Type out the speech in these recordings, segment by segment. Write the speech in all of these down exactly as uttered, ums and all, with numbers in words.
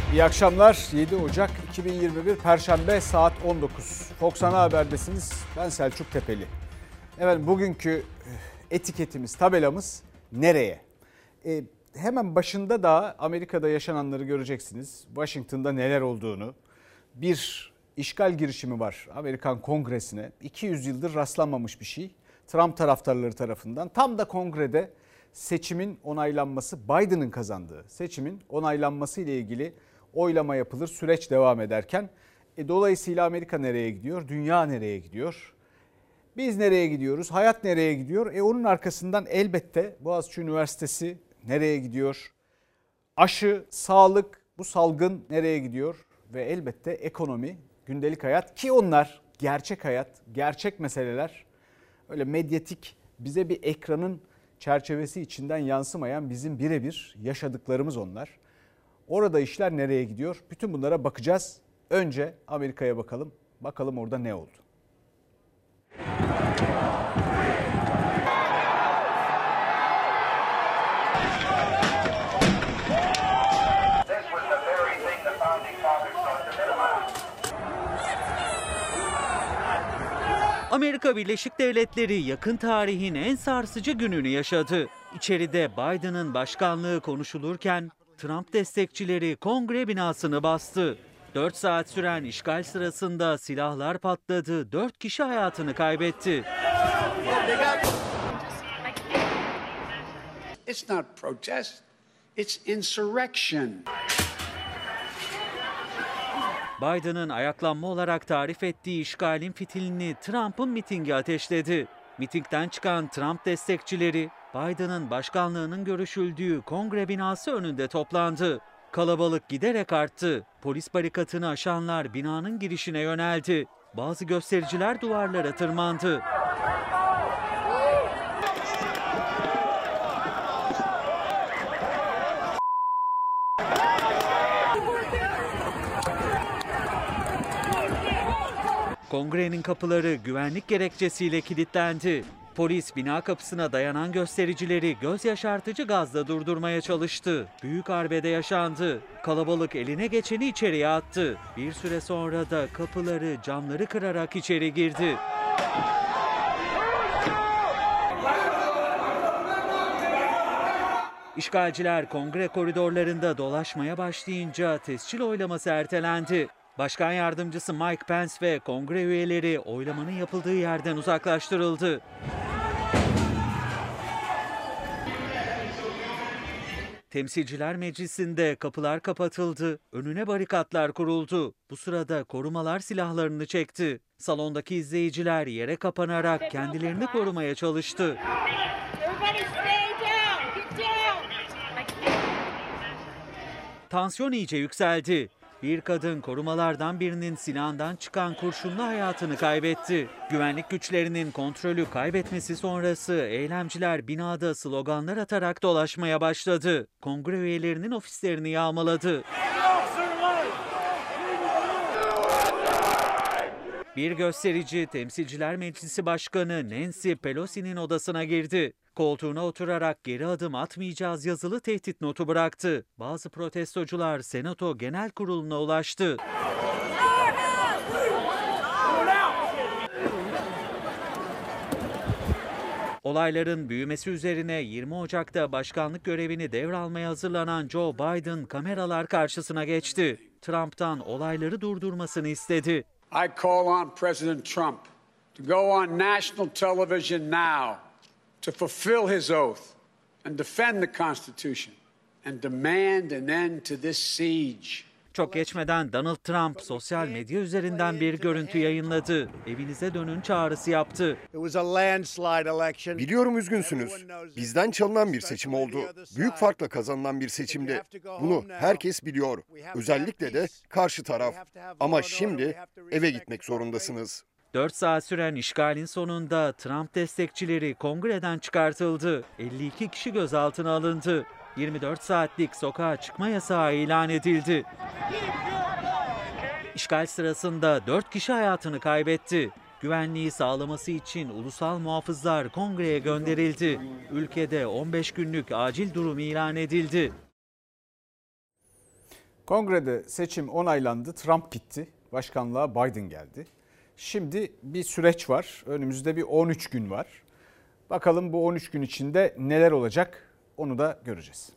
İyi akşamlar. yedi Ocak iki bin yirmi bir Perşembe saat on dokuz. Fox Ana Haber'desiniz. Ben Selçuk Tepeli. Evet, bugünkü etiketimiz, tabelamız nereye? E, hemen başında da Amerika'da yaşananları göreceksiniz. Washington'da neler olduğunu. Bir işgal girişimi var Amerikan Kongresi'ne. iki yüz yıldır rastlanmamış bir şey. Trump taraftarları tarafından. Tam da kongrede seçimin onaylanması, Biden'ın kazandığı seçimin onaylanması ile ilgili oylama yapılır, süreç devam ederken e, dolayısıyla Amerika nereye gidiyor, dünya nereye gidiyor, biz nereye gidiyoruz, hayat nereye gidiyor? E onun arkasından elbette Boğaziçi Üniversitesi nereye gidiyor, aşı, sağlık, bu salgın nereye gidiyor ve elbette ekonomi, gündelik hayat, ki onlar gerçek hayat, gerçek meseleler, öyle medyatik bize bir ekranın çerçevesi içinden yansımayan bizim birebir yaşadıklarımız onlar. Orada işler nereye gidiyor? Bütün bunlara bakacağız. Önce Amerika'ya bakalım. Bakalım orada ne oldu? Amerika Birleşik Devletleri yakın tarihin en sarsıcı gününü yaşadı. İçeride Biden'ın başkanlığı konuşulurken Trump destekçileri kongre binasını bastı. dört saat süren işgal sırasında silahlar patladı, dört kişi hayatını kaybetti. It's not protest, it's insurrection. Biden'ın ayaklanma olarak tarif ettiği işgalin fitilini Trump'ın mitingi ateşledi. Mitingden çıkan Trump destekçileri Biden'ın başkanlığının görüşüldüğü kongre binası önünde toplandı. Kalabalık giderek arttı. Polis barikatını aşanlar binanın girişine yöneldi. Bazı göstericiler duvarlara tırmandı. Kongrenin kapıları güvenlik gerekçesiyle kilitlendi. Polis bina kapısına dayanan göstericileri göz yaşartıcı gazla durdurmaya çalıştı. Büyük arbede yaşandı. Kalabalık eline geçeni içeriye attı. Bir süre sonra da kapıları, camları kırarak içeri girdi. İşgalciler kongre koridorlarında dolaşmaya başlayınca tescil oylaması ertelendi. Başkan yardımcısı Mike Pence ve kongre üyeleri oylamanın yapıldığı yerden uzaklaştırıldı. Temsilciler Meclisi'nde kapılar kapatıldı, önüne barikatlar kuruldu. Bu sırada korumalar silahlarını çekti. Salondaki izleyiciler yere kapanarak kendilerini korumaya çalıştı. Tansiyon iyice yükseldi. Bir kadın korumalardan birinin silahından çıkan kurşunla hayatını kaybetti. Güvenlik güçlerinin kontrolü kaybetmesi sonrası eylemciler binada sloganlar atarak dolaşmaya başladı. Kongre üyelerinin ofislerini yağmaladı. Bir gösterici Temsilciler Meclisi Başkanı Nancy Pelosi'nin odasına girdi. Koltuğuna oturarak geri adım atmayacağız yazılı tehdit notu bıraktı. Bazı protestocular Senato Genel Kurulu'na ulaştı. Olayların büyümesi üzerine yirmi Ocak'ta başkanlık görevini devralmaya hazırlanan Joe Biden kameralar karşısına geçti. Trump'tan olayları durdurmasını istedi. I call on President Trump to go on national television now to fulfill his oath and defend the Constitution and demand an end to this siege. Çok geçmeden Donald Trump sosyal medya üzerinden bir görüntü yayınladı. Evinize dönün çağrısı yaptı. Biliyorum üzgünsünüz. Bizden çalınan bir seçim oldu. Büyük farkla kazanılan bir seçimdi. Bunu herkes biliyor. Özellikle de karşı taraf. Ama şimdi eve gitmek zorundasınız. dört saat süren işgalin sonunda Trump destekçileri kongreden çıkartıldı. elli iki kişi gözaltına alındı. yirmi dört saatlik sokağa çıkma yasağı ilan edildi. İşgal sırasında dört kişi hayatını kaybetti. Güvenliği sağlaması için ulusal muhafızlar kongreye gönderildi. Ülkede on beş günlük acil durum ilan edildi. Kongrede seçim onaylandı, Trump gitti, başkanlığa Biden geldi. Şimdi bir süreç var, önümüzde bir on üç gün var. Bakalım bu on üç gün içinde neler olacak, onu da göreceğiz.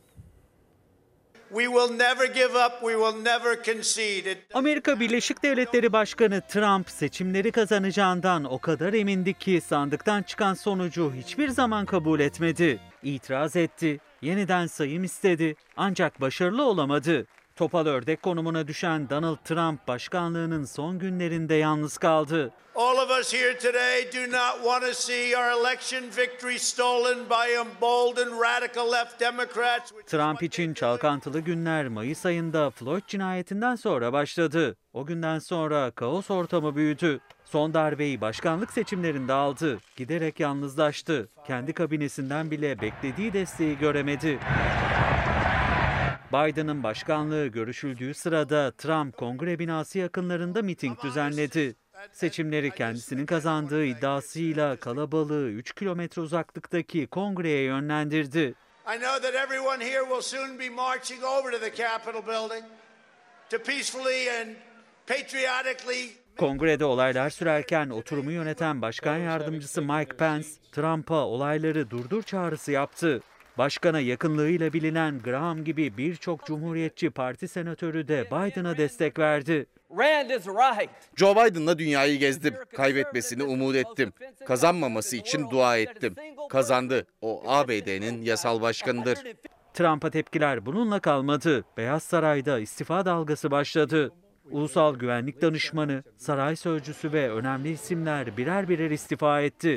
Amerika Birleşik Devletleri Başkanı Trump seçimleri kazanacağından o kadar emindi ki sandıktan çıkan sonucu hiçbir zaman kabul etmedi. İtiraz etti, yeniden sayım istedi ancak başarılı olamadı. Topal ördek konumuna düşen Donald Trump başkanlığının son günlerinde yalnız kaldı. All of us here today do not want to see our election victory stolen by emboldened radical left Democrats. Trump için çalkantılı günler Mayıs ayında Floyd cinayetinden sonra başladı. O günden sonra kaos ortamı büyüdü. Son darbeyi başkanlık seçimlerinde aldı. Giderek yalnızlaştı. Kendi kabinesinden bile beklediği desteği göremedi. Biden'ın başkanlığı görüşüldüğü sırada Trump kongre binası yakınlarında miting düzenledi. Seçimleri kendisinin kazandığı iddiasıyla kalabalığı üç kilometre uzaklıktaki kongreye yönlendirdi. I know that everyone here will soon be marching over to the Capitol building to peacefully and patriotically. Kongrede olaylar sürerken oturumu yöneten Başkan Yardımcısı Mike Pence, Trump'a olayları durdur çağrısı yaptı. Başkana yakınlığıyla bilinen Graham gibi birçok Cumhuriyetçi Parti senatörü de Biden'a destek verdi. Joe Biden'la dünyayı gezdim. Kaybetmesini umut ettim. Kazanmaması için dua ettim. Kazandı. O A B D'nin yasal başkanıdır. Trump'a tepkiler bununla kalmadı. Beyaz Saray'da istifa dalgası başladı. Ulusal Güvenlik Danışmanı, saray sözcüsü ve önemli isimler birer birer istifa etti.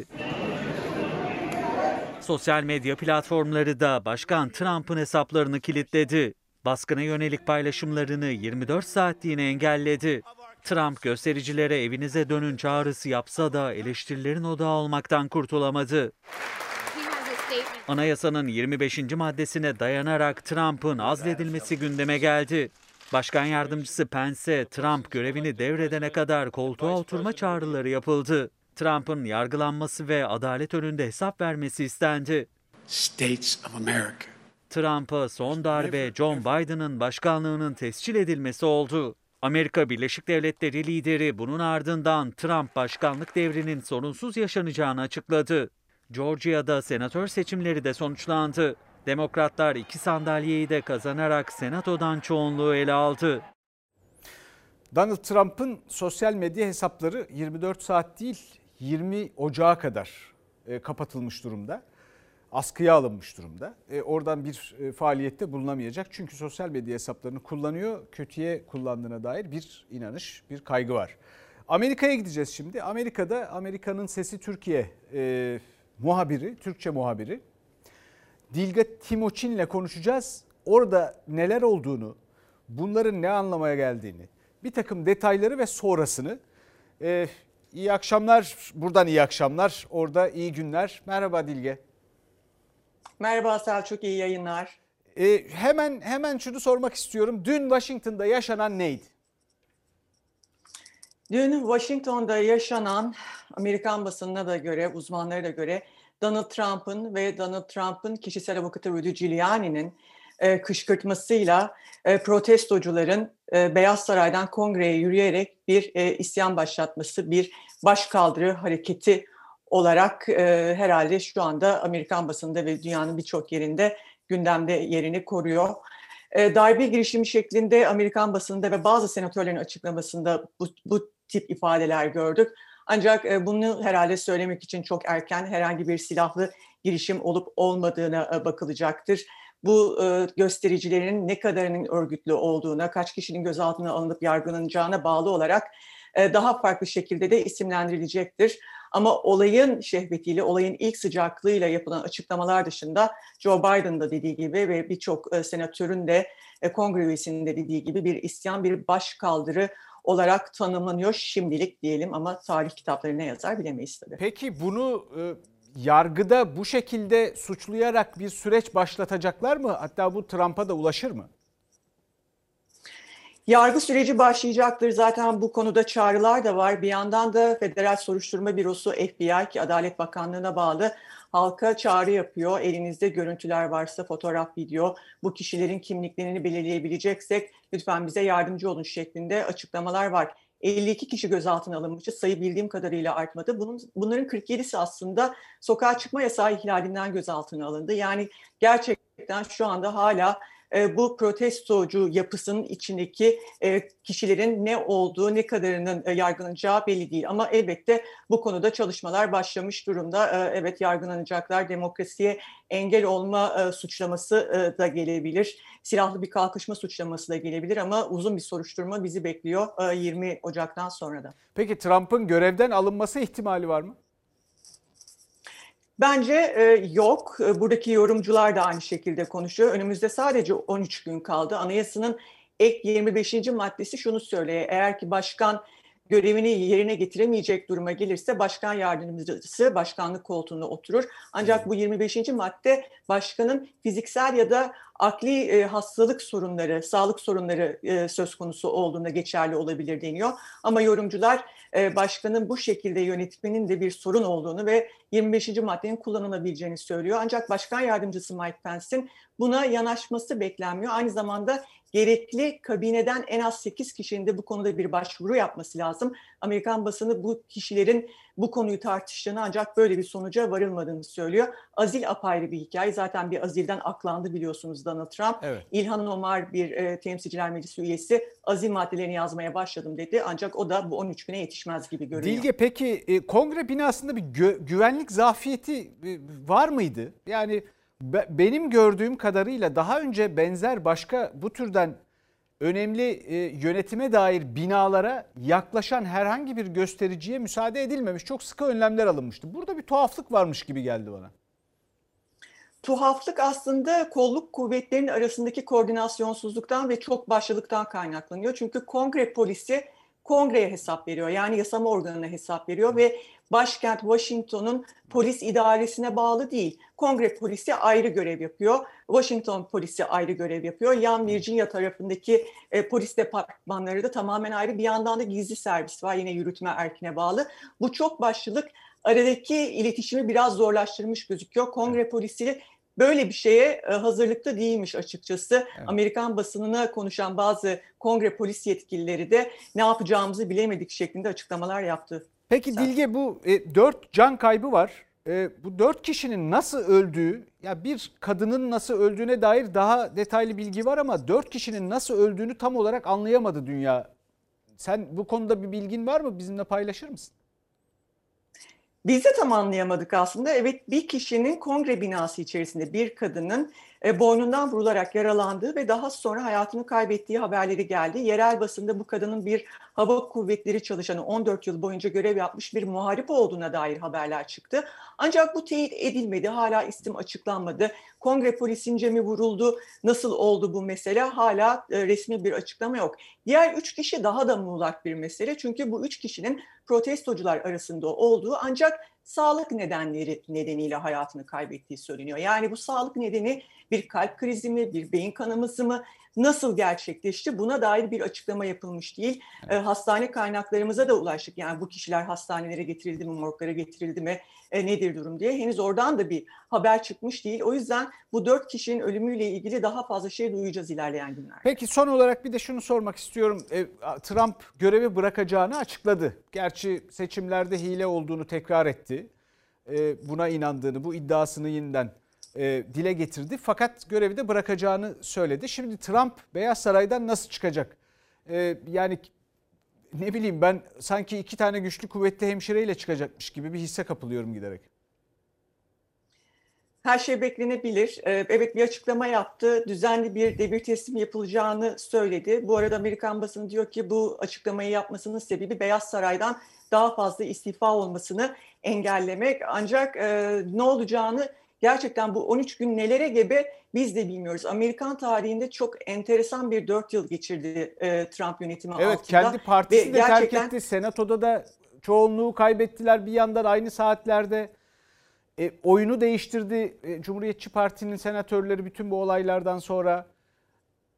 Sosyal medya platformları da Başkan Trump'ın hesaplarını kilitledi. Baskına yönelik paylaşımlarını yirmi dört saatliğine engelledi. Trump göstericilere evinize dönün çağrısı yapsa da eleştirilerin odağı olmaktan kurtulamadı. Anayasanın yirmi beşinci maddesine dayanarak Trump'ın azledilmesi gündeme geldi. Başkan Yardımcısı Pence, Trump görevini devredene kadar koltuğa oturma çağrıları yapıldı. Trump'ın yargılanması ve adalet önünde hesap vermesi istendi. States of America. Trump'a son darbe John Biden'ın başkanlığının tescil edilmesi oldu. Amerika Birleşik Devletleri lideri bunun ardından Trump başkanlık devrinin sorunsuz yaşanacağını açıkladı. Georgia'da senatör seçimleri de sonuçlandı. Demokratlar iki sandalyeyi de kazanarak senatodan çoğunluğu ele aldı. Donald Trump'ın sosyal medya hesapları yirmi dört saat değil yirmi Ocağı kadar kapatılmış durumda. Askıya alınmış durumda. E, oradan bir e, faaliyette bulunamayacak. Çünkü sosyal medya hesaplarını kullanıyor. Kötüye kullandığına dair bir inanış, bir kaygı var. Amerika'ya gideceğiz şimdi. Amerika'da Amerika'nın Sesi Türkiye e, muhabiri, Türkçe muhabiri Dilga Timoçin'le konuşacağız. Orada neler olduğunu, bunların ne anlamaya geldiğini, bir takım detayları ve sonrasını. E, iyi akşamlar, buradan iyi akşamlar, orada iyi günler. Merhaba Dilge. Merhaba Selçuk, iyi yayınlar. Ee, hemen hemen şunu sormak istiyorum. Dün Washington'da yaşanan neydi? Dün Washington'da yaşanan, Amerikan basınına da göre, uzmanlara da göre Donald Trump'ın ve Donald Trump'ın kişisel avukatı Rudy Giuliani'nin e, kışkırtmasıyla e, protestocuların e, Beyaz Saray'dan kongreye yürüyerek bir e, isyan başlatması, bir başkaldırı hareketi olarak e, herhalde şu anda Amerikan basınında ve dünyanın birçok yerinde gündemde yerini koruyor. E, darbe girişimi şeklinde Amerikan basınında ve bazı senatörlerin açıklamasında bu, bu tip ifadeler gördük. Ancak e, bunu herhalde söylemek için çok erken, herhangi bir silahlı girişim olup olmadığına e, bakılacaktır. Bu e, göstericilerin ne kadarının örgütlü olduğuna, kaç kişinin gözaltına alınıp yargılanacağına bağlı olarak e, daha farklı şekilde de isimlendirilecektir. Ama olayın şehvetiyle, olayın ilk sıcaklığıyla yapılan açıklamalar dışında Joe Biden'ın da dediği gibi ve birçok e, senatörün de e, kongre üyesinin de dediği gibi bir isyan, bir başkaldırı olarak tanımlanıyor şimdilik diyelim ama tarih kitapları ne yazar bilemeyiz tabii. Peki bunu e, yargıda bu şekilde suçlayarak bir süreç başlatacaklar mı? Hatta bu Trump'a da ulaşır mı? Yargı süreci başlayacaktır. Zaten bu konuda çağrılar da var. Bir yandan da Federal Soruşturma Bürosu F B I ki Adalet Bakanlığı'na bağlı halka çağrı yapıyor. Elinizde görüntüler varsa fotoğraf, video, bu kişilerin kimliklerini belirleyebileceksek lütfen bize yardımcı olun şeklinde açıklamalar var. elli iki kişi gözaltına alınmıştı. Sayı bildiğim kadarıyla artmadı. Bunun, bunların kırk yedisi aslında sokağa çıkma yasağı ihlalinden gözaltına alındı. Yani gerçekten şu anda hala e, bu protestocu yapısının içindeki e, kişilerin ne olduğu, ne kadarının e, yargılanacağı belli değil. Ama elbette bu konuda çalışmalar başlamış durumda. E, evet yargılanacaklar. Demokrasiye engel olma e, suçlaması e, da gelebilir. Silahlı bir kalkışma suçlaması da gelebilir ama uzun bir soruşturma bizi bekliyor e, yirmi Ocak'tan sonra da. Peki Trump'ın görevden alınması ihtimali var mı? Bence e, yok. Buradaki yorumcular da aynı şekilde konuşuyor. Önümüzde sadece on üç gün kaldı. Anayasanın ek yirmi beşinci maddesi şunu söylüyor. Eğer ki başkan görevini yerine getiremeyecek duruma gelirse başkan yardımcısı başkanlık koltuğuna oturur. Ancak bu yirmi beşinci madde başkanın fiziksel ya da akli e, hastalık sorunları, sağlık sorunları e, söz konusu olduğunda geçerli olabilir deniyor. Ama yorumcular e, başkanın bu şekilde yönetmenin de bir sorun olduğunu ve yirmi beşinci maddenin kullanılabileceğini söylüyor. Ancak başkan yardımcısı Mike Pence'in buna yanaşması beklenmiyor. Aynı zamanda gerekli kabineden en az sekiz kişinin de bu konuda bir başvuru yapması lazım. Amerikan basını bu kişilerin bu konuyu tartıştığını ancak böyle bir sonuca varılmadığını söylüyor. Azil apayrı bir hikaye. Zaten bir azilden aklandı biliyorsunuz Donald Trump. Evet. İlhan Omar bir e, Temsilciler Meclisi üyesi azil maddelerini yazmaya başladım dedi. Ancak o da bu on üç güne yetişmez gibi görünüyor. Dilge peki e, kongre binasında bir gö- güvenlik zafiyeti e, var mıydı? Yani be- benim gördüğüm kadarıyla daha önce benzer başka bu türden önemli e, yönetime dair binalara yaklaşan herhangi bir göstericiye müsaade edilmemiş. Çok sıkı önlemler alınmıştı. Burada bir tuhaflık varmış gibi geldi bana. Tuhaflık aslında kolluk kuvvetlerinin arasındaki koordinasyonsuzluktan ve çok başlılıktan kaynaklanıyor. Çünkü kongre polisi kongreye hesap veriyor. Yani yasama organına hesap veriyor ve başkent Washington'un polis idaresine bağlı değil. Kongre polisi ayrı görev yapıyor. Washington polisi ayrı görev yapıyor. Yan Virginia tarafındaki e, polis departmanları da tamamen ayrı. Bir yandan da gizli servis var yine yürütme erkine bağlı. Bu çok başlılık aradaki iletişimi biraz zorlaştırmış gözüküyor. Kongre polisi böyle bir şeye hazırlıklı değilmiş açıkçası. Evet. Amerikan basınına konuşan bazı kongre polis yetkilileri de ne yapacağımızı bilemedik şeklinde açıklamalar yaptı. Peki Sen... Dilge bu e, dört can kaybı var. E, bu dört kişinin nasıl öldüğü, ya bir kadının nasıl öldüğüne dair daha detaylı bilgi var ama dört kişinin nasıl öldüğünü tam olarak anlayamadı dünya. Sen bu konuda bir bilgin var mı? Bizimle paylaşır mısın? Biz de tam anlayamadık aslında. Evet, bir kişinin kongre binası içerisinde bir kadının e, boynundan vurularak yaralandığı ve daha sonra hayatını kaybettiği haberleri geldi. Yerel basında bu kadının bir hava kuvvetleri çalışanı on dört yıl boyunca görev yapmış bir muharip olduğuna dair haberler çıktı. Ancak bu teyit edilmedi. Hala isim açıklanmadı. Kongre polisince mi vuruldu? Nasıl oldu bu mesele? Hala e, resmi bir açıklama yok. Diğer üç kişi daha da muğlak bir mesele. Çünkü bu üç kişinin protestocular arasında olduğu ancak sağlık nedenleri nedeniyle hayatını kaybettiği söyleniyor. Yani bu sağlık nedeni bir kalp krizi mi, bir beyin kanaması mı, nasıl gerçekleşti buna dair bir açıklama yapılmış değil. Evet. E, hastane kaynaklarımıza da ulaştık. Yani bu kişiler hastanelere getirildi mi, morglara getirildi mi, e, nedir durum diye. Henüz oradan da bir haber çıkmış değil. O yüzden bu dört kişinin ölümüyle ilgili daha fazla şey duyacağız ilerleyen günlerde. Peki son olarak bir de şunu sormak istiyorum. E, Trump görevi bırakacağını açıkladı. Gerçi seçimlerde hile olduğunu tekrar etti. E, buna inandığını, bu iddiasını yeniden e, dile getirdi. Fakat görevi de bırakacağını söyledi. Şimdi Trump Beyaz Saray'dan nasıl çıkacak? E, yani ne bileyim ben sanki iki tane güçlü kuvvetli hemşireyle çıkacakmış gibi bir hisse kapılıyorum giderek. Her şey beklenebilir. Evet, bir açıklama yaptı. Düzenli bir devir teslimi yapılacağını söyledi. Bu arada Amerikan basını diyor ki bu açıklamayı yapmasının sebebi Beyaz Saray'dan daha fazla istifa olmasını engellemek. Ancak e, ne olacağını gerçekten bu on üç gün nelere gebe biz de bilmiyoruz. Amerikan tarihinde çok enteresan bir dört yıl geçirdi e, Trump yönetimi evet, altında. Evet, kendi partisi Ve de gerçekten... terk etti. Senatoda da çoğunluğu kaybettiler bir yandan aynı saatlerde. E, oyunu değiştirdi e, Cumhuriyetçi Parti'nin senatörleri bütün bu olaylardan sonra.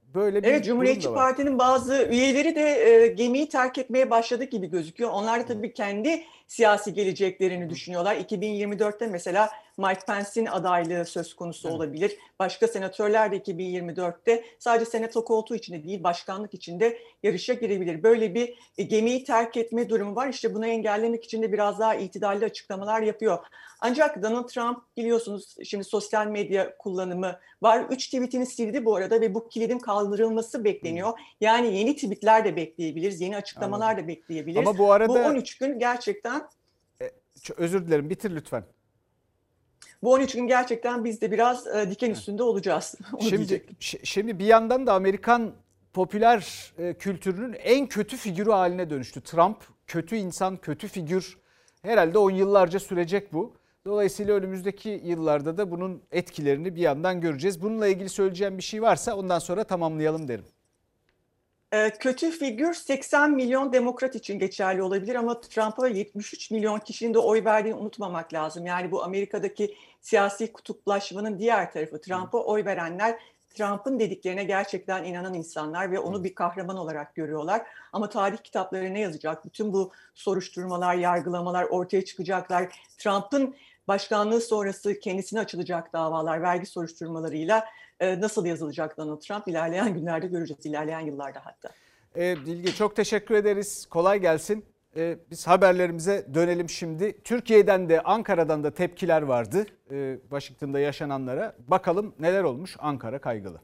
böyle bir Evet, Cumhuriyetçi durum da var. Parti'nin bazı üyeleri de e, gemiyi terk etmeye başladı gibi gözüküyor. Onlar da tabii kendi siyasi geleceklerini düşünüyorlar. iki bin yirmi dörtte mesela Mike Pence'in adaylığı söz konusu Evet. olabilir. Başka senatörler de iki bin yirmi dörtte sadece senato koltuğu içinde değil, başkanlık içinde yarışa girebilir. Böyle bir e, gemiyi terk etme durumu var. İşte bunu engellemek için de biraz daha itidalli açıklamalar yapıyor. Ancak Donald Trump biliyorsunuz şimdi sosyal medya kullanımı var. Üç tweetini sildi bu arada ve bu kilidin kaldırılması bekleniyor. Yani yeni tweetler de bekleyebiliriz, yeni açıklamalar Anladım. da bekleyebiliriz. Ama bu arada Bu on üç gün gerçekten Ç- özür dilerim, bitir lütfen. bu on üç gün gerçekten biz de biraz e, diken üstünde olacağız. Onu Şimdi diyecektim. şi- şimdi bir yandan da Amerikan popüler e, kültürünün en kötü figürü haline dönüştü. Trump kötü insan, kötü figür. Herhalde on yıllarca sürecek bu. Dolayısıyla önümüzdeki yıllarda da bunun etkilerini bir yandan göreceğiz. Bununla ilgili söyleyeceğim bir şey varsa ondan sonra tamamlayalım derim. E, kötü figür seksen milyon demokrat için geçerli olabilir ama Trump'a yetmiş üç milyon kişinin de oy verdiğini unutmamak lazım. Yani bu Amerika'daki siyasi kutuplaşmanın diğer tarafı. Trump'a oy verenler Trump'ın dediklerine gerçekten inanan insanlar ve onu bir kahraman olarak görüyorlar. Ama tarih kitapları ne yazacak? Bütün bu soruşturmalar, yargılamalar ortaya çıkacaklar. Trump'ın başkanlığı sonrası kendisine açılacak davalar, vergi soruşturmalarıyla nasıl yazılacak Donald Trump ilerleyen günlerde göreceğiz, ilerleyen yıllarda hatta. E, Bilge çok teşekkür ederiz. Kolay gelsin. E, biz haberlerimize dönelim şimdi. Türkiye'den de Ankara'dan da tepkiler vardı. E, Washington'da yaşananlara. Bakalım neler olmuş. Ankara kaygılı.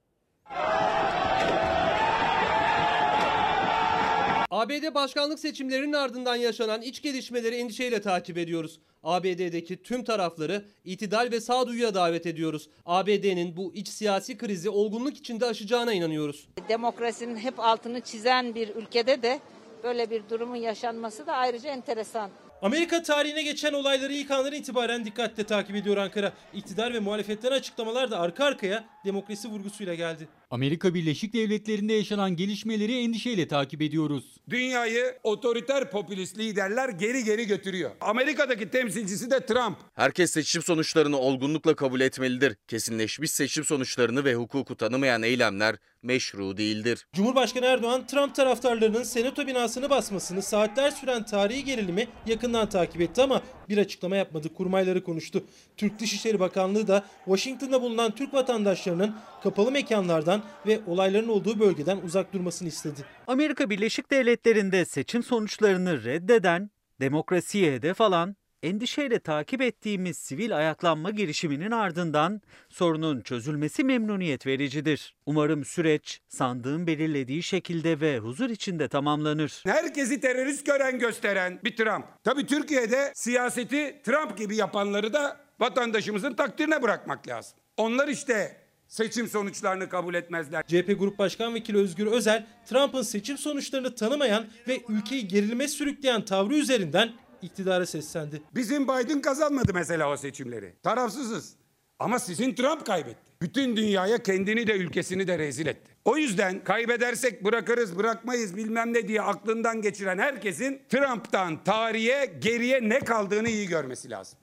A B D başkanlık seçimlerinin ardından yaşanan iç gelişmeleri endişeyle takip ediyoruz. A B D'deki tüm tarafları itidal ve sağduyuya davet ediyoruz. A B D'nin bu iç siyasi krizi olgunluk içinde aşacağına inanıyoruz. Demokrasinin hep altını çizen bir ülkede de böyle bir durumun yaşanması da ayrıca enteresan. Amerika tarihine geçen olayları ilk andan itibaren dikkatle takip ediyor Ankara. İktidar ve muhalefetten açıklamalar da arka arkaya demokrasi vurgusuyla geldi. Amerika Birleşik Devletleri'nde yaşanan gelişmeleri endişeyle takip ediyoruz. Dünyayı otoriter popülist liderler geri geri götürüyor. Amerika'daki temsilcisi de Trump. Herkes seçim sonuçlarını olgunlukla kabul etmelidir. Kesinleşmiş seçim sonuçlarını ve hukuku tanımayan eylemler meşru değildir. Cumhurbaşkanı Erdoğan, Trump taraftarlarının senato binasını basmasını, saatler süren tarihi gerilimi yakından takip etti ama bir açıklama yapmadı. Kurmayları konuştu. Türk Dışişleri Bakanlığı da Washington'da bulunan Türk vatandaşlarının kapalı mekanlardan ve olayların olduğu bölgeden uzak durmasını istedi. Amerika Birleşik Devletleri'nde seçim sonuçlarını reddeden, demokrasiye hedef alan, endişeyle takip ettiğimiz sivil ayaklanma girişiminin ardından sorunun çözülmesi memnuniyet vericidir. Umarım süreç sandığın belirlediği şekilde ve huzur içinde tamamlanır. Herkesi terörist gören gösteren bir Trump. Tabii Türkiye'de siyaseti Trump gibi yapanları da vatandaşımızın takdirine bırakmak lazım. Onlar işte seçim sonuçlarını kabul etmezler. C H P Grup Başkan Vekili Özgür Özel, Trump'ın seçim sonuçlarını tanımayan ve ülkeyi gerilime sürükleyen tavrı üzerinden iktidara seslendi. Bizim Biden kazanmadı mesela o seçimleri. Tarafsızız. Ama sizin Trump kaybetti. Bütün dünyaya kendini de ülkesini de rezil etti. O yüzden kaybedersek bırakırız bırakmayız bilmem ne diye aklından geçiren herkesin Trump'tan tarihe geriye ne kaldığını iyi görmesi lazım.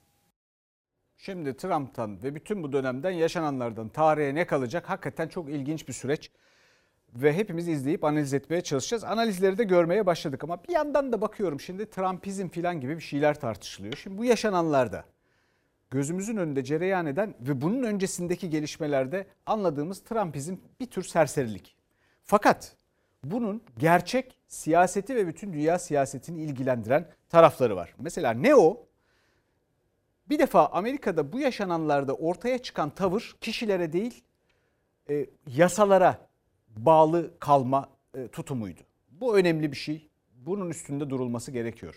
Şimdi Trump'tan ve bütün bu dönemden yaşananlardan tarihe ne kalacak? Hakikaten çok ilginç bir süreç. Ve hepimiz izleyip analiz etmeye çalışacağız. Analizleri de görmeye başladık ama bir yandan da bakıyorum şimdi Trumpizm falan gibi bir şeyler tartışılıyor. Şimdi bu yaşananlarda gözümüzün önünde cereyan eden ve bunun öncesindeki gelişmelerde anladığımız Trumpizm bir tür serserilik. Fakat bunun gerçek siyaseti ve bütün dünya siyasetini ilgilendiren tarafları var. Mesela ne o? Bir defa Amerika'da bu yaşananlarda ortaya çıkan tavır kişilere değil e, yasalara bağlı kalma e, tutumuydu. Bu önemli bir şey. Bunun üstünde durulması gerekiyor.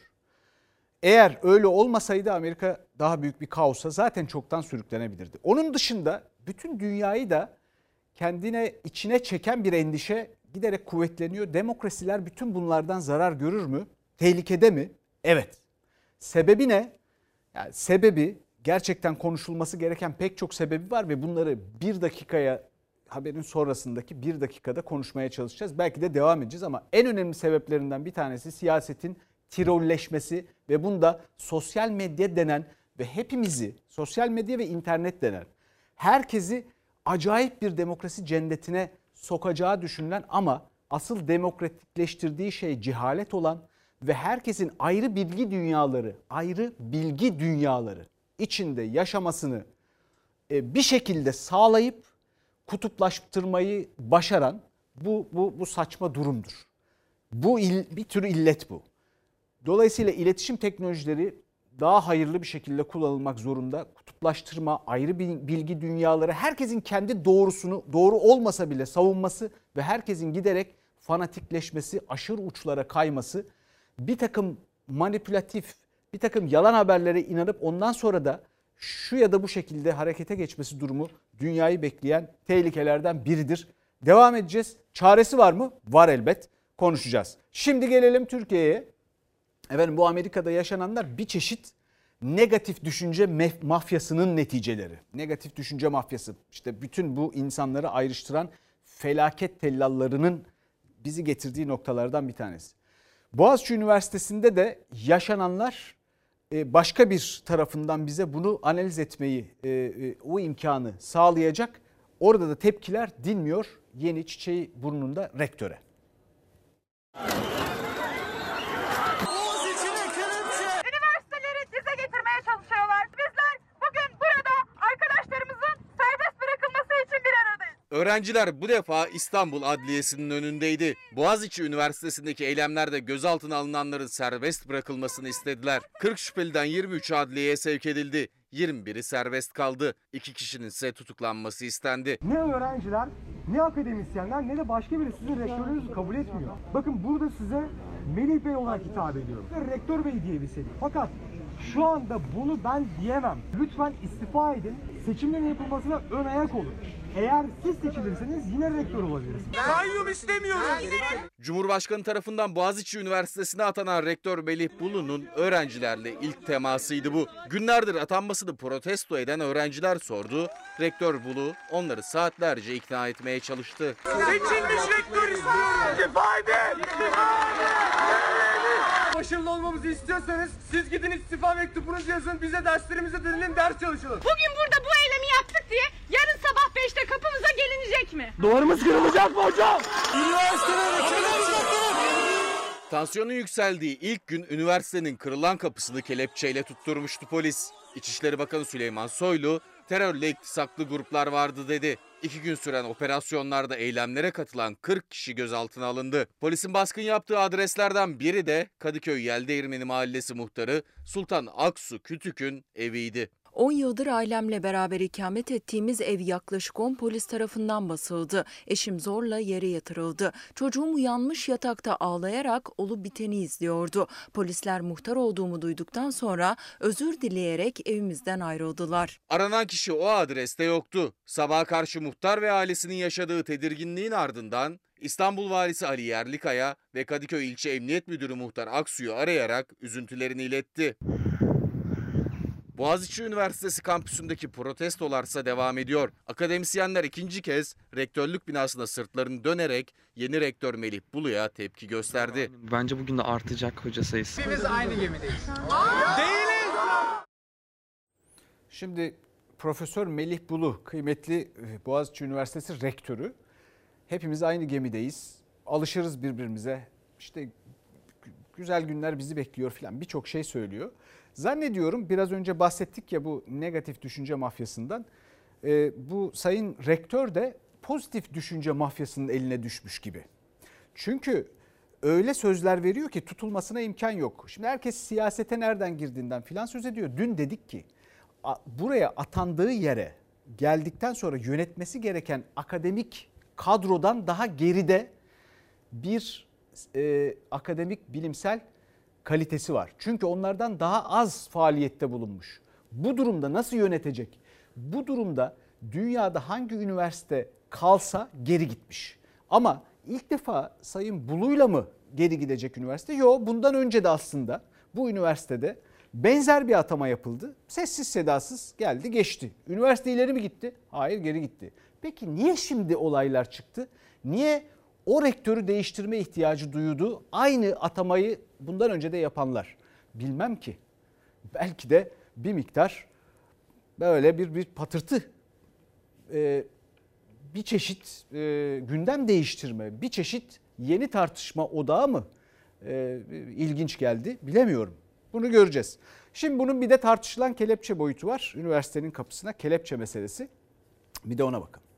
Eğer öyle olmasaydı Amerika daha büyük bir kaosa zaten çoktan sürüklenebilirdi. Onun dışında bütün dünyayı da kendine içine çeken bir endişe giderek kuvvetleniyor. Demokrasiler bütün bunlardan zarar görür mü? Tehlikede mi? Evet. Sebebi ne? Yani sebebi gerçekten konuşulması gereken pek çok sebebi var ve bunları bir dakikaya haberin sonrasındaki bir dakikada konuşmaya çalışacağız. Belki de devam edeceğiz ama en önemli sebeplerinden bir tanesi siyasetin tirolleşmesi ve bunda sosyal medya denen ve hepimizi sosyal medya ve internet denen herkesi acayip bir demokrasi cennetine sokacağı düşünülen ama asıl demokratikleştirdiği şey cehalet olan ve herkesin ayrı bilgi dünyaları, ayrı bilgi dünyaları içinde yaşamasını bir şekilde sağlayıp kutuplaştırmayı başaran bu bu bu saçma durumdur. Bu il, bir tür illet bu. Dolayısıyla iletişim teknolojileri daha hayırlı bir şekilde kullanılmak zorunda. Kutuplaştırma, ayrı bilgi dünyaları, herkesin kendi doğrusunu, doğru olmasa bile savunması ve herkesin giderek fanatikleşmesi, aşırı uçlara kayması, bir takım manipülatif, bir takım yalan haberlere inanıp ondan sonra da şu ya da bu şekilde harekete geçmesi durumu dünyayı bekleyen tehlikelerden biridir. Devam edeceğiz. Çaresi var mı? Var elbet. Konuşacağız. Şimdi gelelim Türkiye'ye. Efendim bu Amerika'da yaşananlar bir çeşit negatif düşünce mafyasının neticeleri. Negatif düşünce mafyası. İşte bütün bu insanları ayrıştıran felaket tellallarının bizi getirdiği noktalardan bir tanesi. Boğaziçi Üniversitesi'nde de yaşananlar başka bir tarafından bize bunu analiz etmeyi, o imkanı sağlayacak. Orada da tepkiler dinmiyor. Yeni çiçeği burnunda rektöre. Üniversiteleri dize getirmeye çalışıyorlar. Bizler bugün burada arkadaşlarımızın serbest bırakılması için bir aradayız. Öğrenciler bu defa İstanbul Adliyesi'nin önündeydi. Boğaziçi Üniversitesi'ndeki eylemlerde gözaltına alınanların serbest bırakılmasını istediler. kırk şüpheliden yirmi üçü adliyeye sevk edildi. yirmi biri serbest kaldı. İki kişinin ise tutuklanması istendi. Ne öğrenciler, ne akademisyenler ne de başka biri sizin rektörünüzü kabul etmiyor. Bakın burada size Melih Bey olarak hitap ediyorum. Rektör Bey diyebilseydik. Fakat şu anda bunu ben diyemem. Lütfen istifa edin. Seçimlerin yapılmasına ön ayak olun. Eğer siz seçilirseniz yine rektör olabilirsiniz. Kayyum istemiyoruz. Cumhurbaşkanı tarafından Boğaziçi Üniversitesi'ne atanan rektör Melih Bulu'nun öğrencilerle ilk temasıydı bu. Günlerdir atanmasını protesto eden öğrenciler sordu. Rektör Bulu onları saatlerce ikna etmeye çalıştı. Seçilmiş rektör istiyoruz. İstifa edin. Başarılı olmamızı istiyorsanız siz gidin istifa mektubunuzu yazın. Bize derslerimize dönelim, ders çalışalım. Bugün burada bu eylemi yaptık diye yarın sabah beşte kapımıza gelinecek mi? Duvarımız kırılacak mı hocam? Tansiyonun yükseldiği ilk gün üniversitenin kırılan kapısını kelepçeyle tutturmuştu polis. İçişleri Bakanı Süleyman Soylu terörle iktisaklı gruplar vardı dedi. İki gün süren operasyonlarda eylemlere katılan kırk kişi gözaltına alındı. Polisin baskın yaptığı adreslerden biri de Kadıköy Yeldeğirmeni Mahallesi muhtarı Sultan Aksu Kütük'ün eviydi. on yıldır ailemle beraber ikamet ettiğimiz ev yaklaşık on polis tarafından basıldı. Eşim zorla yere yatırıldı. Çocuğum uyanmış yatakta ağlayarak olup biteni izliyordu. Polisler muhtar olduğumu duyduktan sonra özür dileyerek evimizden ayrıldılar. Aranan kişi o adreste yoktu. Sabaha karşı muhtar ve ailesinin yaşadığı tedirginliğin ardından İstanbul Valisi Ali Yerlikaya ve Kadıköy İlçe Emniyet Müdürü Muhtar Aksu'yu arayarak üzüntülerini iletti. Boğaziçi Üniversitesi kampüsündeki protestolarsa devam ediyor. Akademisyenler ikinci kez rektörlük binasına sırtlarını dönerek yeni rektör Melih Bulu'ya tepki gösterdi. Bence bugün de artacak hoca sayısı. Biz aynı gemideyiz. Değiliz. Şimdi Profesör Melih Bulu, kıymetli Boğaziçi Üniversitesi rektörü. Hepimiz aynı gemideyiz. Alışırız birbirimize. İşte güzel günler bizi bekliyor falan birçok şey söylüyor. Zannediyorum biraz önce bahsettik ya bu negatif düşünce mafyasından. E, bu sayın rektör de pozitif düşünce mafyasının eline düşmüş gibi. Çünkü öyle sözler veriyor ki tutulmasına imkan yok. Şimdi herkes siyasete nereden girdiğinden filan söz ediyor. Dün dedik ki buraya atandığı yere geldikten sonra yönetmesi gereken akademik kadrodan daha geride bir e, akademik bilimsel kalitesi var. Çünkü onlardan daha az faaliyette bulunmuş. Bu durumda nasıl yönetecek? Bu durumda dünyada hangi üniversite kalsa geri gitmiş. Ama ilk defa Sayın Bulu'yla mı geri gidecek üniversite? Yok, bundan önce de aslında bu üniversitede benzer bir atama yapıldı. Sessiz sedasız geldi geçti. Üniversite ileri mi gitti? Hayır, geri gitti. Peki niye şimdi olaylar çıktı? Niye o rektörü değiştirme ihtiyacı duydu aynı atamayı bundan önce de yapanlar? Bilmem ki. Belki de bir miktar böyle bir bir patırtı. Ee, bir çeşit e, gündem değiştirme, bir çeşit yeni tartışma odağı mı e, ilginç geldi bilemiyorum. Bunu göreceğiz. Şimdi bunun bir de tartışılan kelepçe boyutu var. Üniversitenin kapısına kelepçe meselesi. Bir de ona bakalım.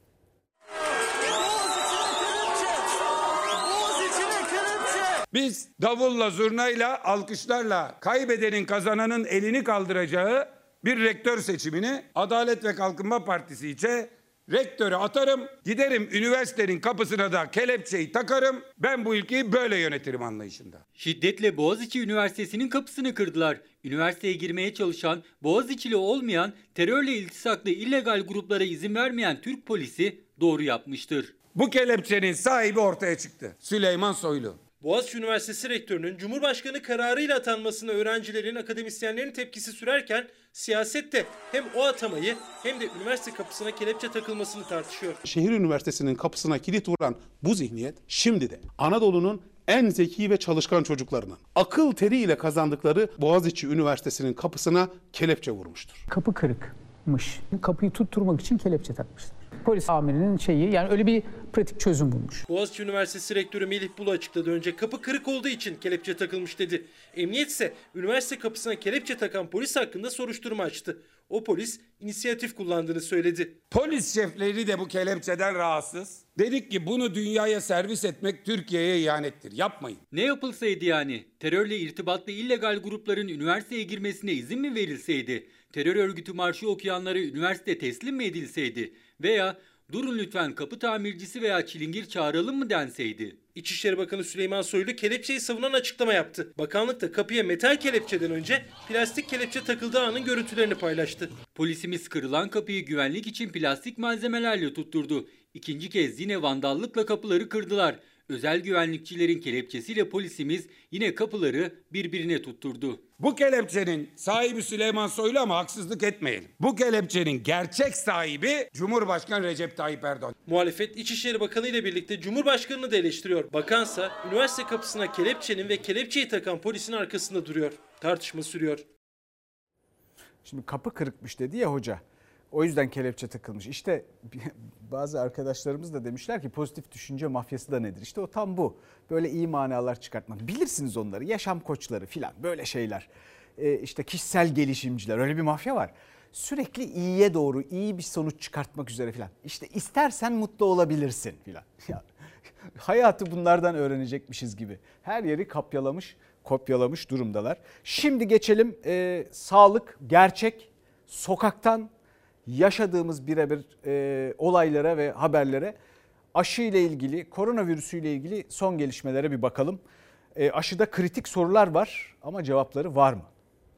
Biz davulla, zurnayla, alkışlarla kaybedenin kazananın elini kaldıracağı bir rektör seçimini Adalet ve Kalkınma Partisi içe rektörü atarım, giderim üniversitenin kapısına da kelepçeyi takarım, ben bu ülkeyi böyle yönetirim anlayışında. Şiddetle Boğaziçi Üniversitesi'nin kapısını kırdılar. Üniversiteye girmeye çalışan, Boğaziçi'li olmayan, terörle iltisaklı illegal gruplara izin vermeyen Türk polisi doğru yapmıştır. Bu kelepçenin sahibi ortaya çıktı. Süleyman Soylu. Boğaziçi Üniversitesi Rektörü'nün Cumhurbaşkanı kararıyla atanmasına öğrencilerin, akademisyenlerin tepkisi sürerken siyasette hem o atamayı hem de üniversite kapısına kelepçe takılmasını tartışıyor. Şehir üniversitesinin kapısına kilit vuran bu zihniyet şimdi de Anadolu'nun en zeki ve çalışkan çocuklarının akıl teriyle kazandıkları Boğaziçi Üniversitesi'nin kapısına kelepçe vurmuştur. Kapı kırıkmış. Kapıyı tutturmak için kelepçe takmışlar. Polis amirinin şeyi, yani öyle bir pratik çözüm bulmuş. Boğaziçi Üniversitesi Rektörü Melih Bulu açıkladı. Önce kapı kırık olduğu için kelepçe takılmış dedi. Emniyet ise üniversite kapısına kelepçe takan polis hakkında soruşturma açtı. O polis inisiyatif kullandığını söyledi. Polis şefleri de bu kelepçeden rahatsız. Dedik ki bunu dünyaya servis etmek Türkiye'ye ihanettir. Yapmayın. Ne yapılsaydı yani? Terörle irtibatlı illegal grupların üniversiteye girmesine izin mi verilseydi? Terör örgütü marşı okuyanlara üniversite teslim mi edilseydi? Veya durun lütfen kapı tamircisi veya çilingir çağıralım mı denseydi? İçişleri Bakanı Süleyman Soylu kelepçeyi savunan açıklama yaptı. Bakanlık da kapıya metal kelepçeden önce plastik kelepçe takıldığı anın görüntülerini paylaştı. Polisimiz kırılan kapıyı güvenlik için plastik malzemelerle tutturdu. İkinci kez yine vandallıkla kapıları kırdılar. Özel güvenlikçilerin kelepçesiyle polisimiz yine kapıları birbirine tutturdu. Bu kelepçenin sahibi Süleyman Soylu ama haksızlık etmeyelim. Bu kelepçenin gerçek sahibi Cumhurbaşkanı Recep Tayyip Erdoğan. Muhalefet İçişleri Bakanı ile birlikte Cumhurbaşkanı'nı da eleştiriyor. Bakansa üniversite kapısına kelepçenin ve kelepçeyi takan polisin arkasında duruyor. Tartışma sürüyor. Şimdi kapı kırıkmış dedi ya hoca. O yüzden kelepçe takılmış. İşte bazı arkadaşlarımız da demişler ki pozitif düşünce mafyası da nedir? İşte o tam bu. Böyle iyi manalar çıkartmak. Bilirsiniz onları. Yaşam koçları filan böyle şeyler. Ee, işte kişisel gelişimciler, öyle bir mafya var. Sürekli iyiye doğru, iyi bir sonuç çıkartmak üzere filan. İşte istersen mutlu olabilirsin filan. Hayatı bunlardan öğrenecekmişiz gibi. Her yeri kapyalamış, kopyalamış durumdalar. Şimdi geçelim e, sağlık, gerçek, sokaktan yaşadığımız birebir e, olaylara ve haberlere, aşı ile ilgili, koronavirüsü ile ilgili son gelişmelere bir bakalım. E, aşıda kritik sorular var ama cevapları var mı?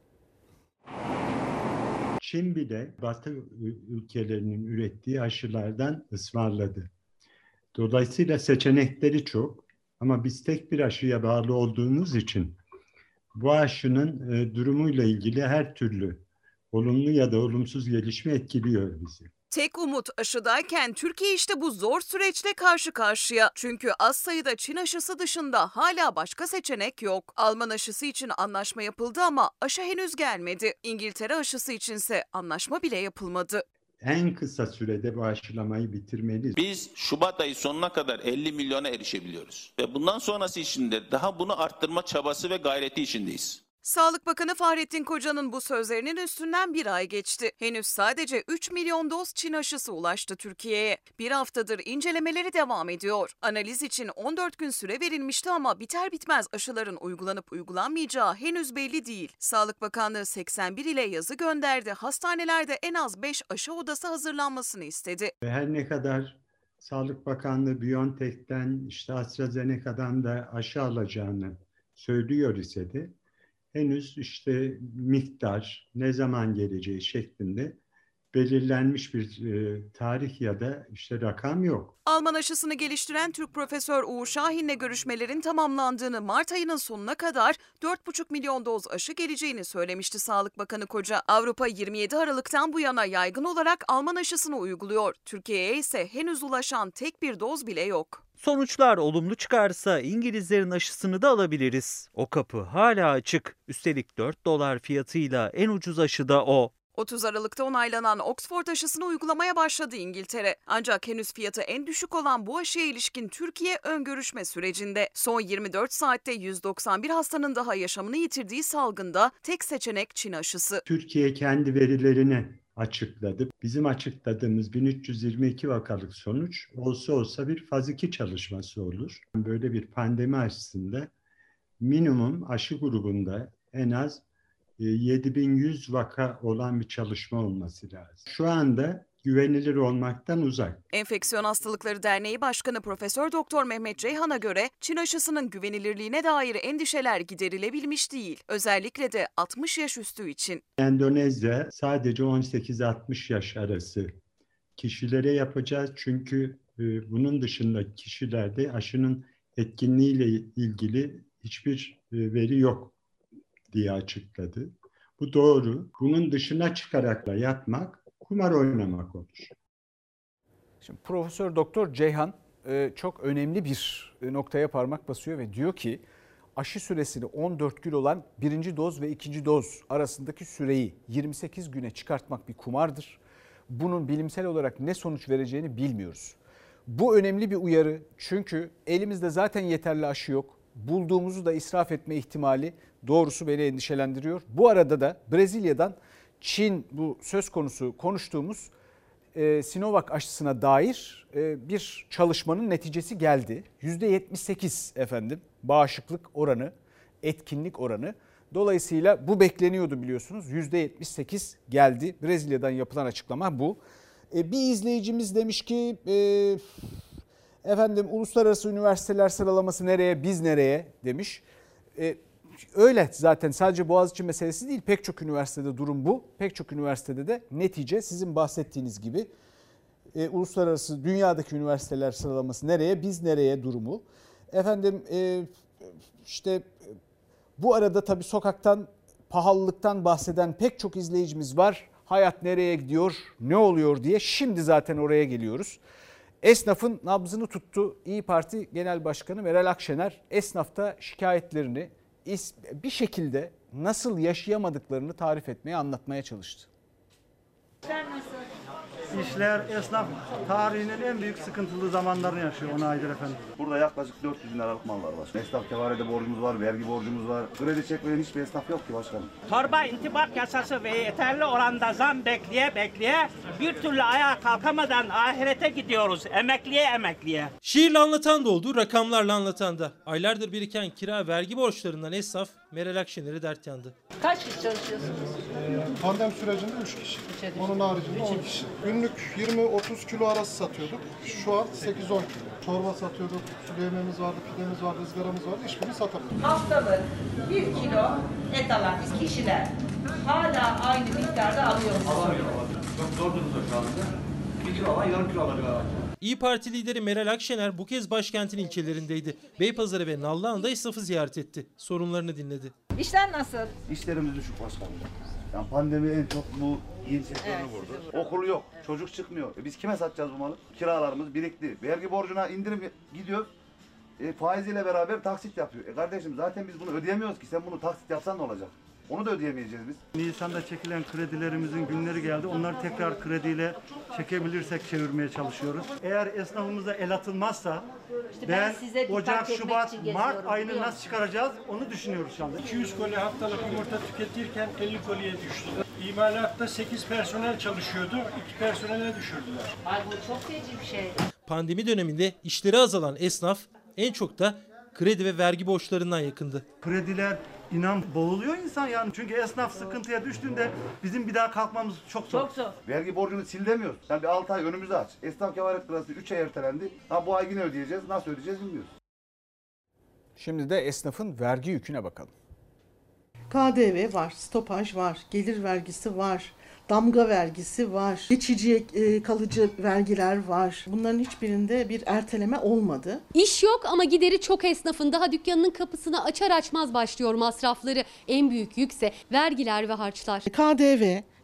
Çin bile Batı ülkelerinin ürettiği aşılardan ısmarladı. Dolayısıyla seçenekleri çok ama biz tek bir aşıya bağlı olduğumuz için bu aşının e, durumuyla ilgili her türlü olumlu ya da olumsuz gelişme etkiliyor bizi. Tek umut aşıdayken Türkiye işte bu zor süreçle karşı karşıya. Çünkü az sayıda Çin aşısı dışında hala başka seçenek yok. Alman aşısı için anlaşma yapıldı ama aşı henüz gelmedi. İngiltere aşısı içinse anlaşma bile yapılmadı. En kısa sürede bu aşılamayı bitirmeliyiz. Biz Şubat ayı sonuna kadar elli milyona erişebiliyoruz. Ve bundan sonrası için de daha bunu arttırma çabası ve gayreti içindeyiz. Sağlık Bakanı Fahrettin Koca'nın bu sözlerinin üstünden bir ay geçti. Henüz sadece üç milyon doz Çin aşısı ulaştı Türkiye'ye. Bir haftadır incelemeleri devam ediyor. Analiz için on dört gün süre verilmişti ama biter bitmez aşıların uygulanıp uygulanmayacağı henüz belli değil. Sağlık Bakanlığı seksen bir ile yazı gönderdi. Hastanelerde en az beş aşı odası hazırlanmasını istedi. Her ne kadar Sağlık Bakanlığı BioNTech'ten işte AstraZeneca'dan da aşı alacağını söylüyor ise de henüz işte miktar, ne zaman geleceği şeklinde belirlenmiş bir e, tarih ya da işte rakam yok. Alman aşısını geliştiren Türk Profesör Uğur Şahin'le görüşmelerin tamamlandığını, Mart ayının sonuna kadar dört buçuk milyon doz aşı geleceğini söylemişti Sağlık Bakanı Koca. Avrupa yirmi yedi Aralık'tan bu yana yaygın olarak Alman aşısını uyguluyor. Türkiye'ye ise henüz ulaşan tek bir doz bile yok. Sonuçlar olumlu çıkarsa İngilizlerin aşısını da alabiliriz. O kapı hala açık. Üstelik dört dolar fiyatıyla en ucuz aşı da o. otuz Aralık'ta onaylanan Oxford aşısını uygulamaya başladı İngiltere. Ancak henüz fiyatı en düşük olan bu aşıya ilişkin Türkiye ön görüşme sürecinde. Son yirmi dört saatte yüz doksan bir hastanın daha yaşamını yitirdiği salgında tek seçenek Çin aşısı. Türkiye kendi verilerini açıkladı. Bizim açıkladığımız bin üç yüz yirmi iki vakalık sonuç olsa olsa bir faz iki çalışması olur. Böyle bir pandemi aşısında minimum aşı grubunda en az yedi bin yüz vaka olan bir çalışma olması lazım. Şu anda güvenilir olmaktan uzak. Enfeksiyon Hastalıkları Derneği Başkanı Profesör Doktor Mehmet Ceyhan'a göre Çin aşısının güvenilirliğine dair endişeler giderilebilmiş değil. Özellikle de altmış yaş üstü için. Endonezya sadece on sekiz altmış yaş arası kişilere yapacağız. Çünkü e, bunun dışında kişilerde aşının etkinliğiyle ilgili hiçbir e, veri yok diye açıkladı. Bu doğru. Bunun dışına çıkarak da yapmak kumar oynamak olur. Şimdi Profesör Doktor Ceyhan çok önemli bir noktaya parmak basıyor ve diyor ki aşı süresini on dört gün olan birinci doz ve ikinci doz arasındaki süreyi yirmi sekiz güne çıkartmak bir kumardır. Bunun bilimsel olarak ne sonuç vereceğini bilmiyoruz. Bu önemli bir uyarı çünkü elimizde zaten yeterli aşı yok. Bulduğumuzu da israf etme ihtimali doğrusu beni endişelendiriyor. Bu arada da Brezilya'dan Çin bu söz konusu konuştuğumuz e, Sinovac aşısına dair e, bir çalışmanın neticesi geldi. yüzde yetmiş sekiz efendim bağışıklık oranı, etkinlik oranı. Dolayısıyla bu bekleniyordu biliyorsunuz. yüzde yetmiş sekiz geldi. Brezilya'dan yapılan açıklama bu. E, bir izleyicimiz demiş ki e, efendim uluslararası üniversiteler sıralaması nereye biz nereye demiş. E, öyle zaten sadece Boğaziçi meselesi değil, pek çok üniversitede durum bu. Pek çok üniversitede de netice sizin bahsettiğiniz gibi e, uluslararası dünyadaki üniversiteler sıralaması nereye biz nereye durumu. Efendim e, işte bu arada tabii sokaktan pahalılıktan bahseden pek çok izleyicimiz var. Hayat nereye gidiyor, ne oluyor diye şimdi zaten oraya geliyoruz. Esnafın nabzını tuttu. İYİ Parti Genel Başkanı Meral Akşener esnafta şikayetlerini bir şekilde nasıl yaşayamadıklarını tarif etmeye, anlatmaya çalıştı. İşler, esnaf tarihinin en büyük sıkıntılı zamanlarını yaşıyor on aydır efendim. Burada yaklaşık dört yüz bin liralık mallar var. Esnaf kefarede borcumuz var, vergi borcumuz var. Kredi çekmeyen hiçbir esnaf yok ki başkanım. Torba intibak yasası ve yeterli oranda zam bekleye bekleye bir türlü ayağa kalkamadan ahirete gidiyoruz. Emekliye emekliye. Şiirle anlatan da oldu, rakamlarla anlatan da. Aylardır biriken kira vergi borçlarından esnaf Meral Akşener'e dert yandı. Kaç kişi çalışıyorsunuz? Ee, pandemi sürecinde üç kişi. Onun haricinde on kişi. Günlük yirmi otuz kilo arası satıyorduk. Şu an sekiz on kilo. Çorba satıyorduk, sulu yemeğimiz vardı, pidemiz vardı, ızgaramız vardı. Hiçbirini satamadık. Haftalık bir kilo et alan biz kişiler hala aynı miktarda alıyor musunuz? Alamıyor. Çok zor durumda şu anda. Bir kilo alan yarım kilo alıyor. İYİ Parti lideri Meral Akşener bu kez başkentin ilçelerindeydi. Beypazarı ve Nallıhan'da esnafı ziyaret etti. Sorunlarını dinledi. İşler nasıl? İşlerimiz düşük başkanım. Yani pandemi en çok bu giyim sektörünü vurdu. Okul yok, çocuk çıkmıyor. E biz kime satacağız bu malı? Kiralarımız birikti. Vergi borcuna indirim gidiyor. E, faiziyle beraber taksit yapıyor. E kardeşim zaten biz bunu ödeyemiyoruz ki. Sen bunu taksit yapsan ne olacak? Onu da ödeyemeyeceğiz biz. Nisan'da çekilen kredilerimizin günleri geldi. Onları tekrar krediyle çekebilirsek çevirmeye çalışıyoruz. Eğer esnafımıza el atılmazsa işte ben, ben Ocak, Şubat, Mart ayını nasıl çıkaracağız onu düşünüyoruz şu anda. iki yüz koli haftalık yumurta tüketirken elli koliye düştü. İmalatta sekiz personel çalışıyordu. iki personele düşürdüler. Ay bu çok feci bir şey. Pandemi döneminde işleri azalan esnaf en çok da kredi ve vergi borçlarından yakındı. Krediler inan boğuluyor insan yani. Çünkü esnaf sıkıntıya düştüğünde bizim bir daha kalkmamız çok zor. Çok zor. Vergi borcunu sil demiyoruz. Yani bir altı ay önümüzü aç. Esnaf kefaret kırası üç ay ertelendi. Ha bu ay yine ödeyeceğiz. Nasıl ödeyeceğiz bilmiyoruz. Şimdi de esnafın vergi yüküne bakalım. K D V var, stopaj var, gelir vergisi var, damga vergisi var, geçici e, kalıcı vergiler var. Bunların hiçbirinde bir erteleme olmadı. İş yok ama gideri çok esnafın. Daha dükkanının kapısını açar açmaz başlıyor masrafları. En büyük yükse vergiler ve harçlar. K D V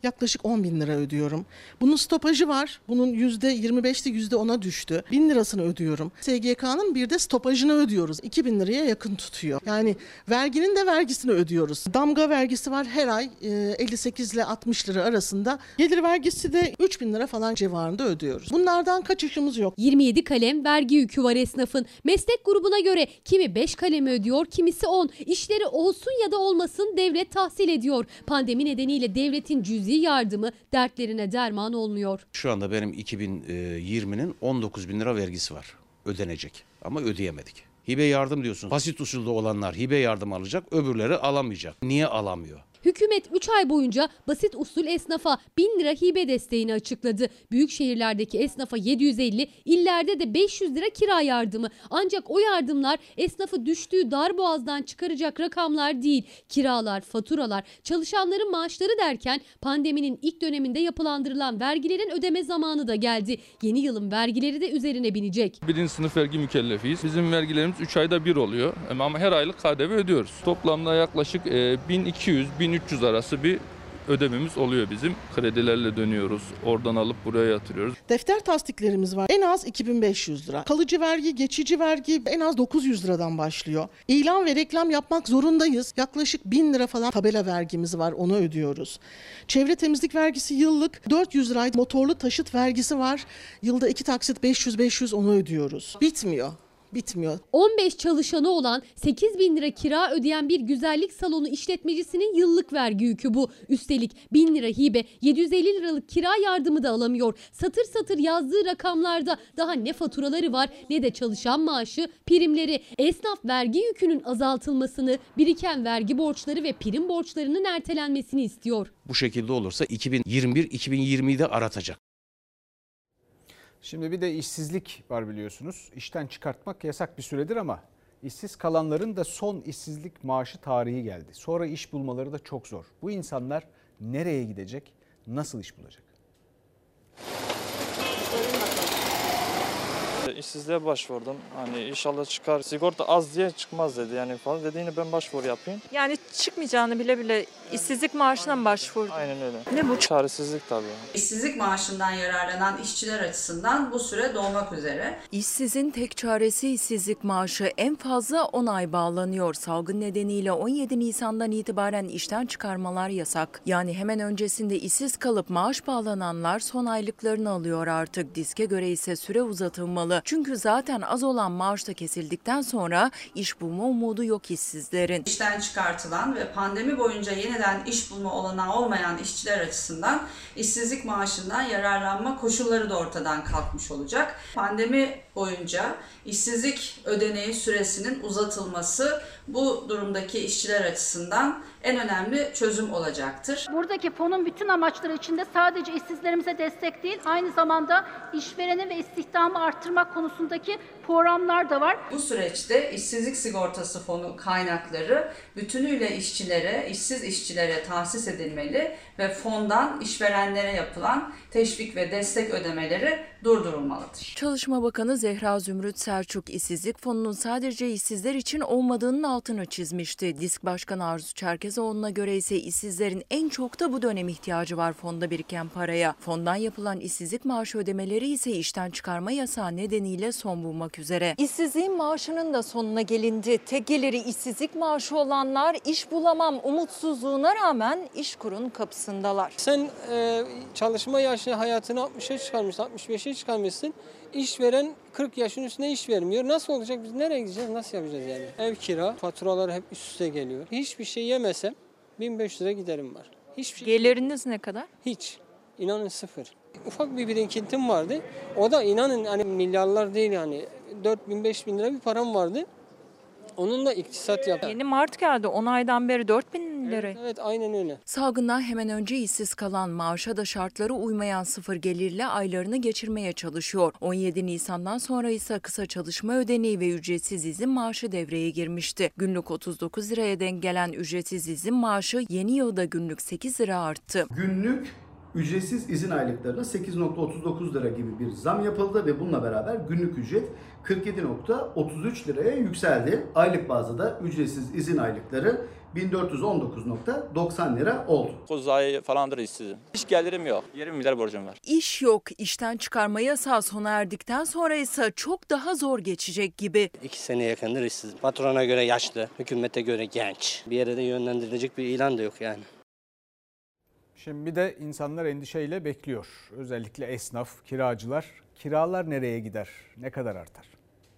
yaklaşık on bin lira ödüyorum. Bunun stopajı var. Bunun yüzde yirmi beşti yüzde ona düştü. bin lirasını ödüyorum. S G K'nın bir de stopajını ödüyoruz. iki bin liraya yakın tutuyor. Yani verginin de vergisini ödüyoruz. Damga vergisi var her ay elli sekiz ile altmış lira arasında. Gelir vergisi de üç bin lira falan civarında ödüyoruz. Bunlardan kaçışımız yok. yirmi yedi kalem vergi yükü var esnafın. Meslek grubuna göre kimi beş kalem ödüyor, kimisi on. İşleri olsun ya da olmasın devlet tahsil ediyor. Pandemi nedeniyle devletin cüzi yardımı dertlerine derman olmuyor. Şu anda benim iki bin yirminin on dokuz bin lira vergisi var ödenecek ama ödeyemedik. Hibe yardım diyorsun. Basit usulde olanlar hibe yardım alacak, öbürleri alamayacak. Niye alamıyor? Hükümet üç ay boyunca basit usul esnafa bin lira hibe desteğini açıkladı. Büyük şehirlerdeki esnafa yedi yüz elli, illerde de beş yüz lira kira yardımı. Ancak o yardımlar esnafı düştüğü darboğazdan çıkaracak rakamlar değil. Kiralar, faturalar, çalışanların maaşları derken pandeminin ilk döneminde yapılandırılan vergilerin ödeme zamanı da geldi. Yeni yılın vergileri de üzerine binecek. Birinci sınıf vergi mükellefiyiz. Bizim vergilerimiz üç ayda bir oluyor ama her aylık K D V ödüyoruz. Toplamda yaklaşık bin iki yüz bin üç yüz arası bir ödememiz oluyor bizim. Kredilerle dönüyoruz. Oradan alıp buraya yatırıyoruz. Defter tasdiklerimiz var. En az iki bin beş yüz lira. Kalıcı vergi, geçici vergi en az dokuz yüz liradan başlıyor. İlan ve reklam yapmak zorundayız. Yaklaşık bin lira falan tabela vergimiz var. Onu ödüyoruz. Çevre temizlik vergisi yıllık dört yüz lira. Motorlu taşıt vergisi var. Yılda iki taksit beş yüz beş yüz onu ödüyoruz. Bitmiyor. Bitmiyor. on beş çalışanı olan sekiz bin lira kira ödeyen bir güzellik salonu işletmecisinin yıllık vergi yükü bu. Üstelik bin lira hibe, yedi yüz elli liralık kira yardımı da alamıyor. Satır satır yazdığı rakamlarda daha ne faturaları var ne de çalışan maaşı, primleri. Esnaf vergi yükünün azaltılmasını, biriken vergi borçları ve prim borçlarının ertelenmesini istiyor. Bu şekilde olursa iki bin yirmi bir iki bin yirmiyi de aratacak. Şimdi bir de işsizlik var biliyorsunuz. İşten çıkartmak yasak bir süredir ama işsiz kalanların da son işsizlik maaşı tarihi geldi. Sonra iş bulmaları da çok zor. Bu insanlar nereye gidecek, nasıl iş bulacak? İşsizliğe başvurdum. Hani inşallah çıkar. Sigorta az diye çıkmaz dedi. Yani falan dediğini ben başvuru yapayım. Yani çıkmayacağını bile bile işsizlik maaşına mı başvurdu? Aynen öyle. Ne bu? Çaresizlik tabii. İşsizlik maaşından yararlanan işçiler açısından bu süre dolmak üzere. İşsizin tek çaresi işsizlik maaşı, en fazla on ay bağlanıyor. Salgın nedeniyle on yedi Nisan'dan itibaren işten çıkarmalar yasak. Yani hemen öncesinde işsiz kalıp maaş bağlananlar son aylıklarını alıyor artık. Diske göre ise süre uzatılmalı. Çünkü zaten az olan maaş da kesildikten sonra iş bulma umudu yok işsizlerin. İşten çıkartılan ve pandemi boyunca yeniden iş bulma olanağı olmayan işçiler açısından işsizlik maaşından yararlanma koşulları da ortadan kalkmış olacak. Pandemi boyunca işsizlik ödeneği süresinin uzatılması bu durumdaki işçiler açısından en önemli çözüm olacaktır. Buradaki fonun bütün amaçları içinde sadece işsizlerimize destek değil, aynı zamanda işvereni ve istihdamı arttırmak konusundaki programlar da var. Bu süreçte işsizlik sigortası fonu kaynakları bütünüyle işçilere, işsiz işçilere tahsis edilmeli ve fondan işverenlere yapılan teşvik ve destek ödemeleri durdurulmalıdır. Çalışma Bakanı Zehra Zümrüt Selçuk, işsizlik fonunun sadece işsizler için olmadığının altını çizmişti. Disk Başkanı Arzu Çerkezoğlu'na göre ise işsizlerin en çok da bu dönem ihtiyacı var fonda biriken paraya. Fondan yapılan işsizlik maaşı ödemeleri ise işten çıkarma yasağı nedeniyle son bulmak üzere. İşsizliğin maaşının da sonuna gelindi. Tek geliri işsizlik maaşı olanlar iş bulamam umutsuzluğuna rağmen İşkur'un kapısındalar. Sen e, çalışma yaşı hayatını altmışa çıkarmışsın, altmış beşe çıkarmışsın. İşveren kırk yaşın üstüne iş vermiyor. Nasıl olacak? Biz nereye gideceğiz? Nasıl yapacağız yani? Ev kira, faturalar hep üst üste geliyor. Hiçbir şey yemesem bin beş yüz lira giderim var. Hiçbir şey. Geliriniz ne kadar? Hiç. İnanın sıfır. Ufak bir birikintim vardı. O da inanın hani milyarlar değil yani. dört bin beş bin lira bir param vardı. Onunla iktisat yaptı. Yeni Mart geldi. on aydan beri dört bin lira. Evet, evet aynen öyle. Salgından hemen önce işsiz kalan, maaşa da şartları uymayan sıfır gelirle aylarını geçirmeye çalışıyor. on yedi Nisan'dan sonra ise kısa çalışma ödeneği ve ücretsiz izin maaşı devreye girmişti. Günlük otuz dokuz liraya denk gelen ücretsiz izin maaşı yeni yılda günlük sekiz lira arttı. Günlük ücretsiz izin aylıklarına sekiz nokta otuz dokuz lira gibi bir zam yapıldı ve bununla beraber günlük ücret kırk yedi nokta otuz üç liraya yükseldi. Aylık bazda da ücretsiz izin aylıkları bin dört yüz on dokuz nokta doksan lira oldu. dokuz ay falandır işsizim. Hiç gelirim yok. yirmi milyar borcum var. İş yok. İşten çıkarma yasağı sona erdikten sonra ise çok daha zor geçecek gibi. İki sene yakındır işsizim. Patrona göre yaşlı, hükümete göre genç. Bir yere de yönlendirilecek bir ilan da yok yani. Şimdi bir de insanlar endişeyle bekliyor. Özellikle esnaf, kiracılar. Kiralar nereye gider? Ne kadar artar?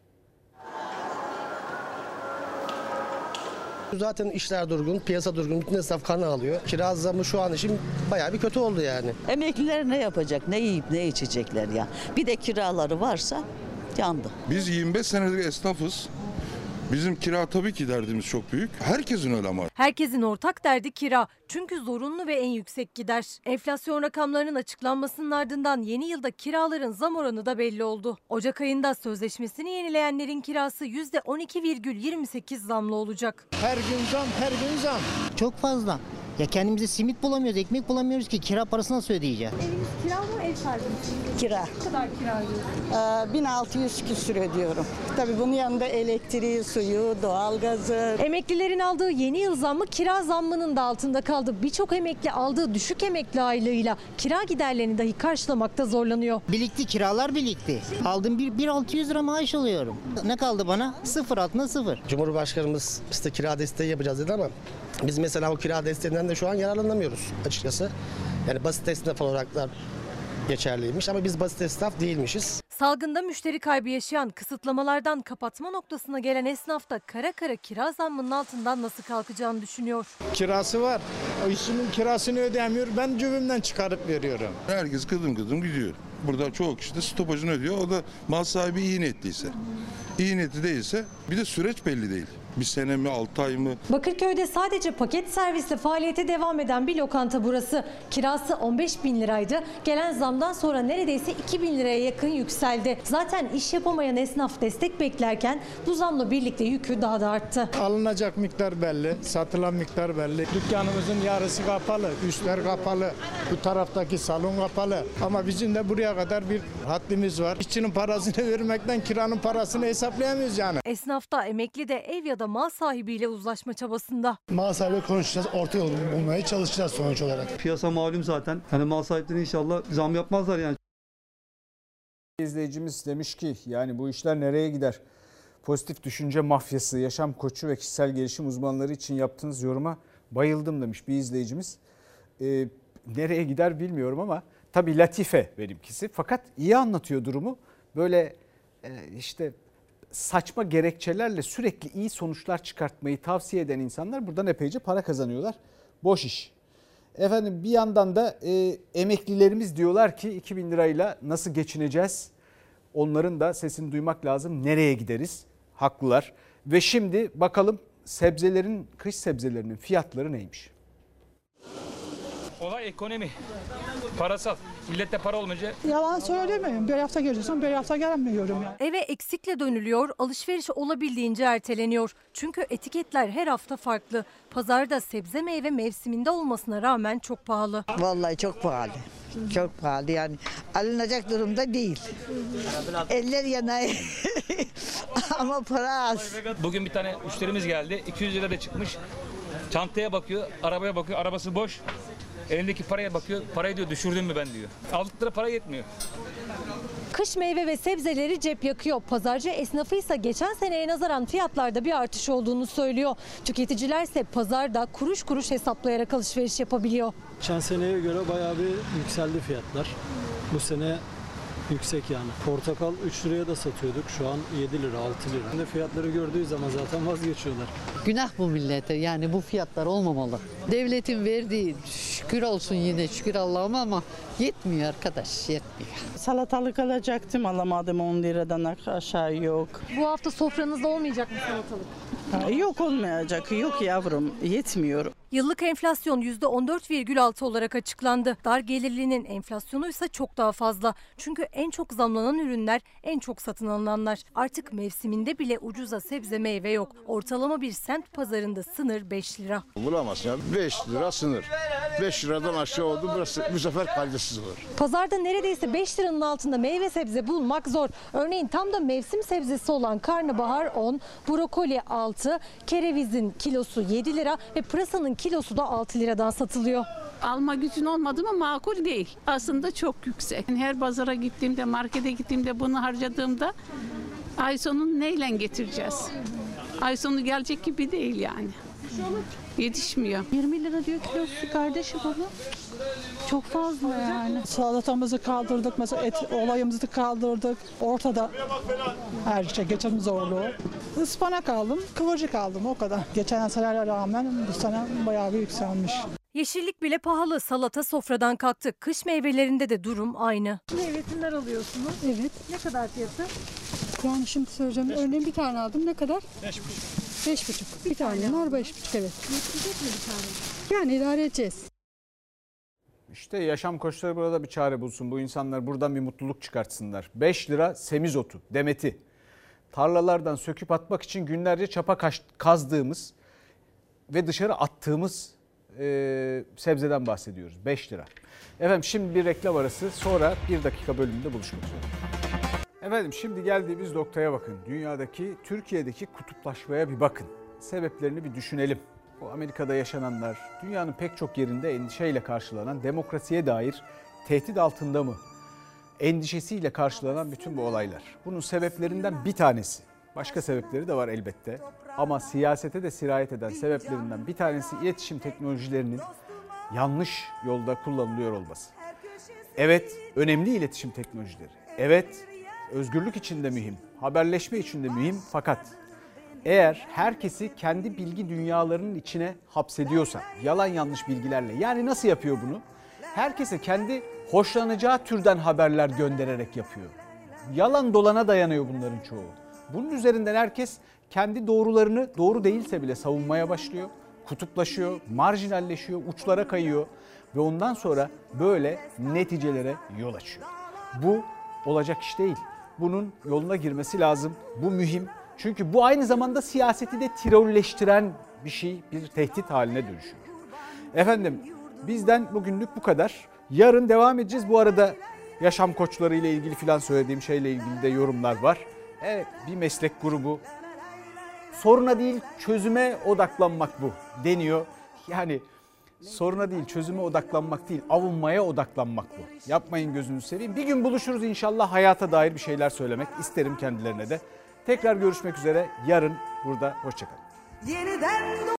Zaten işler durgun, piyasa durgun, bütün esnaf kan alıyor. Kira zamı şu an için bayağı bir kötü oldu yani. Emekliler ne yapacak, ne yiyip ne içecekler ya. Bir de kiraları varsa yandı. Biz yirmi beş senelik esnafız. Bizim kira tabii ki derdimiz çok büyük. Herkesin öyle ama. Herkesin ortak derdi kira. Çünkü zorunlu ve en yüksek gider. Enflasyon rakamlarının açıklanmasının ardından yeni yılda kiraların zam oranı da belli oldu. Ocak ayında sözleşmesini yenileyenlerin kirası yüzde on iki virgül yirmi sekiz zamlı olacak. Her gün zam, her gün zam. Çok fazla. Ya kendimize simit bulamıyoruz, ekmek bulamıyoruz ki kira parasını nasıl ödeyeceğiz? Eviniz kira mı, ev sahibi misiniz? Kira. Ne kadar kira ödüyorsunuz? Ee, bin altı yüz küsür ödüyorum. Tabii bunun yanında elektriği, suyu, doğalgazı. Emeklilerin aldığı yeni yıl zammı kira zammının da altında kaldı. Birçok emekli aldığı düşük emekli aylığıyla kira giderlerini dahi karşılamakta zorlanıyor. Birikti, kiralar birikti. Aldım bir bin altı yüz lira maaş alıyorum. Ne kaldı bana? Sıfır altına sıfır. Cumhurbaşkanımız işte kira desteği yapacağız dedi ama biz mesela o kira desteğinden de şu an yararlanamıyoruz açıkçası. Yani basit esnaf olarak da geçerliymiş ama biz basit esnaf değilmişiz. Salgında müşteri kaybı yaşayan, kısıtlamalardan kapatma noktasına gelen esnaf da kara kara kira zammının altından nasıl kalkacağını düşünüyor. Kirası var. O işimin kirasını ödeyemiyor. Ben cebimden çıkarıp veriyorum. Herkes kıdım kıdım gidiyor. Burada çoğu kişi de stopajını ödüyor. O da mal sahibi iyi niyetliyse. İyi niyetli değilse bir de süreç belli değil. Bir sene mi, altı ay mı? Bakırköy'de sadece paket servisle faaliyete devam eden bir lokanta burası. Kirası on beş bin liraydı. Gelen zamdan sonra neredeyse iki bin liraya yakın yükseldi. Zaten iş yapamayan esnaf destek beklerken bu zamla birlikte yükü daha da arttı. Alınacak miktar belli, satılan miktar belli. Dükkanımızın yarısı kapalı, üstler kapalı, bu taraftaki salon kapalı. Ama bizim de buraya kadar bir haddimiz var. İşçinin parasını vermekten kiranın parasını hesaplayamıyoruz yani. Esnaf da, emekli de ev ya da mal sahibiyle uzlaşma çabasında. Mal sahibi konuşacağız, orta yolu bulmaya çalışacağız sonuç olarak. Piyasa malum zaten. Hani mal sahipleri inşallah zam yapmazlar yani. İzleyicimiz demiş ki yani bu işler nereye gider? Pozitif düşünce mafyası, yaşam koçu ve kişisel gelişim uzmanları için yaptığınız yoruma bayıldım demiş bir izleyicimiz. Ee, nereye gider bilmiyorum ama tabii latife benimkisi. Fakat iyi anlatıyor durumu. Böyle e, işte saçma gerekçelerle sürekli iyi sonuçlar çıkartmayı tavsiye eden insanlar buradan epeyce para kazanıyorlar. Boş iş. Efendim bir yandan da e, emeklilerimiz diyorlar ki iki bin lirayla nasıl geçineceğiz? Onların da sesini duymak lazım. Nereye gideriz? Haklılar. Ve şimdi bakalım sebzelerin, kış sebzelerinin fiyatları neymiş? Olay ekonomi. Parasal. Millette para olmayınca. Yalan söylemiyorum. Bir hafta geleceksem bir hafta gelmiyorum. Yani. Eve eksikle dönülüyor, alışveriş olabildiğince erteleniyor. Çünkü etiketler her hafta farklı. Pazarda sebze meyve mevsiminde olmasına rağmen çok pahalı. Vallahi çok pahalı. Çok pahalı yani. Alınacak durumda değil. Eller yanay. Ama para az. Bugün bir tane müşterimiz geldi. iki yüz lira da çıkmış. Çantaya bakıyor, arabaya bakıyor. Arabası boş. Elindeki paraya bakıyor. Parayı diyor düşürdün mü ben diyor. Aldıkları para yetmiyor. Kış meyve ve sebzeleri cep yakıyor. Pazarcı esnafıysa geçen seneye nazaran fiyatlarda bir artış olduğunu söylüyor. Tüketiciler ise pazarda kuruş kuruş hesaplayarak alışveriş yapabiliyor. Geçen seneye göre bayağı bir yükseldi fiyatlar. Bu sene yüksek yani. Portakal üç liraya da satıyorduk. Şu an yedi lira, altı lira. Şimdi fiyatları gördüğü zaman zaten vazgeçiyorlar. Günah bu millete. Yani bu fiyatlar olmamalı. Devletin verdiği şükür olsun yine şükür Allah'ıma ama yetmiyor arkadaş, yetmiyor. Salatalık alacaktım, alamadım, on liradan aşağı yok. Bu hafta sofranızda olmayacak mı salatalık? Ha, yok olmayacak, yok yavrum, yetmiyor. Yıllık enflasyon yüzde on dört virgül altı olarak açıklandı. Dar gelirlinin enflasyonu ise çok daha fazla. Çünkü en çok zamlanan ürünler en çok satın alınanlar. Artık mevsiminde bile ucuza sebze meyve yok. Ortalama bir semt pazarında sınır beş lira. Bulamazsın ya, beş lira sınır. beş liradan aşağı oldu. Burası bu sefer kalitesiz olur. Pazarda neredeyse beş liranın altında meyve sebze bulmak zor. Örneğin tam da mevsim sebzesi olan karnabahar on, brokoli altı, kerevizin kilosu yedi lira ve pırasanın kilosu da altı liradan satılıyor. Alma gücün olmadı mı makul değil. Aslında çok yüksek. Her pazara gittiğimde, markete gittiğimde bunu harcadığımda ay sonu neyle getireceğiz? Ay sonu gelecek gibi değil yani. Yetişmiyor. yirmi lira diyor kilosu kardeşim baba. Çok fazla yani. Salatamızı kaldırdık, mesela et olayımızı kaldırdık. Ortada her şey, geçen zorluğu. Ispanak aldım, kıvırcık aldım o kadar. Geçen senelere rağmen bu sene bayağı bir yükselmiş. Yeşillik bile pahalı. Salata sofradan kalktı. Kış meyvelerinde de durum aynı. Meyvesinden alıyorsunuz. Evet. Ne kadar fiyatı? Yani şimdi söyleyeceğim. Örneğin bir tane aldım. Ne kadar? Beş buçuk. Beş buçuk. Bir tane var beş buçuk evet. Yetecek mi bir tane? Yani idare edeceğiz. İşte yaşam koçları burada bir çare bulsun. Bu insanlar buradan bir mutluluk çıkartsınlar. beş lira semizotu, demeti. Tarlalardan söküp atmak için günlerce çapa kazdığımız ve dışarı attığımız e, sebzeden bahsediyoruz. beş lira. Efendim şimdi bir reklam arası, sonra bir dakika bölümünde buluşmak üzere. Efendim şimdi geldiğimiz noktaya bakın. Dünyadaki, Türkiye'deki kutuplaşmaya bir bakın. Sebeplerini bir düşünelim. O Amerika'da yaşananlar, dünyanın pek çok yerinde endişeyle karşılanan, demokrasiye dair tehdit altında mı endişesiyle karşılanan bütün bu olaylar. Bunun sebeplerinden bir tanesi, başka sebepleri de var elbette. Ama siyasete de sirayet eden sebeplerinden bir tanesi iletişim teknolojilerinin yanlış yolda kullanılıyor olması. Evet, önemli iletişim teknolojileri. Evet, özgürlük için de mühim, haberleşme için de mühim, fakat eğer herkesi kendi bilgi dünyalarının içine hapsediyorsa, yalan yanlış bilgilerle, yani nasıl yapıyor bunu? Herkese kendi hoşlanacağı türden haberler göndererek yapıyor. Yalan dolana dayanıyor bunların çoğu. Bunun üzerinden herkes kendi doğrularını doğru değilse bile savunmaya başlıyor, kutuplaşıyor, marjinalleşiyor, uçlara kayıyor ve ondan sonra böyle neticelere yol açıyor. Bu olacak iş değil. Bunun yoluna girmesi lazım. Bu mühim. Çünkü bu aynı zamanda siyaseti de tirolleştiren bir şey, bir tehdit haline dönüşüyor. Efendim bizden bugünlük bu kadar. Yarın devam edeceğiz. Bu arada yaşam koçları ile ilgili filan söylediğim şeyle ilgili de yorumlar var. Evet, bir meslek grubu. Soruna değil çözüme odaklanmak bu deniyor. Yani soruna değil çözüme odaklanmak değil, avunmaya odaklanmak bu. Yapmayın gözünüzü seveyim. Bir gün buluşuruz inşallah, hayata dair bir şeyler söylemek isterim kendilerine de. Tekrar görüşmek üzere yarın burada. Hoşçakalın.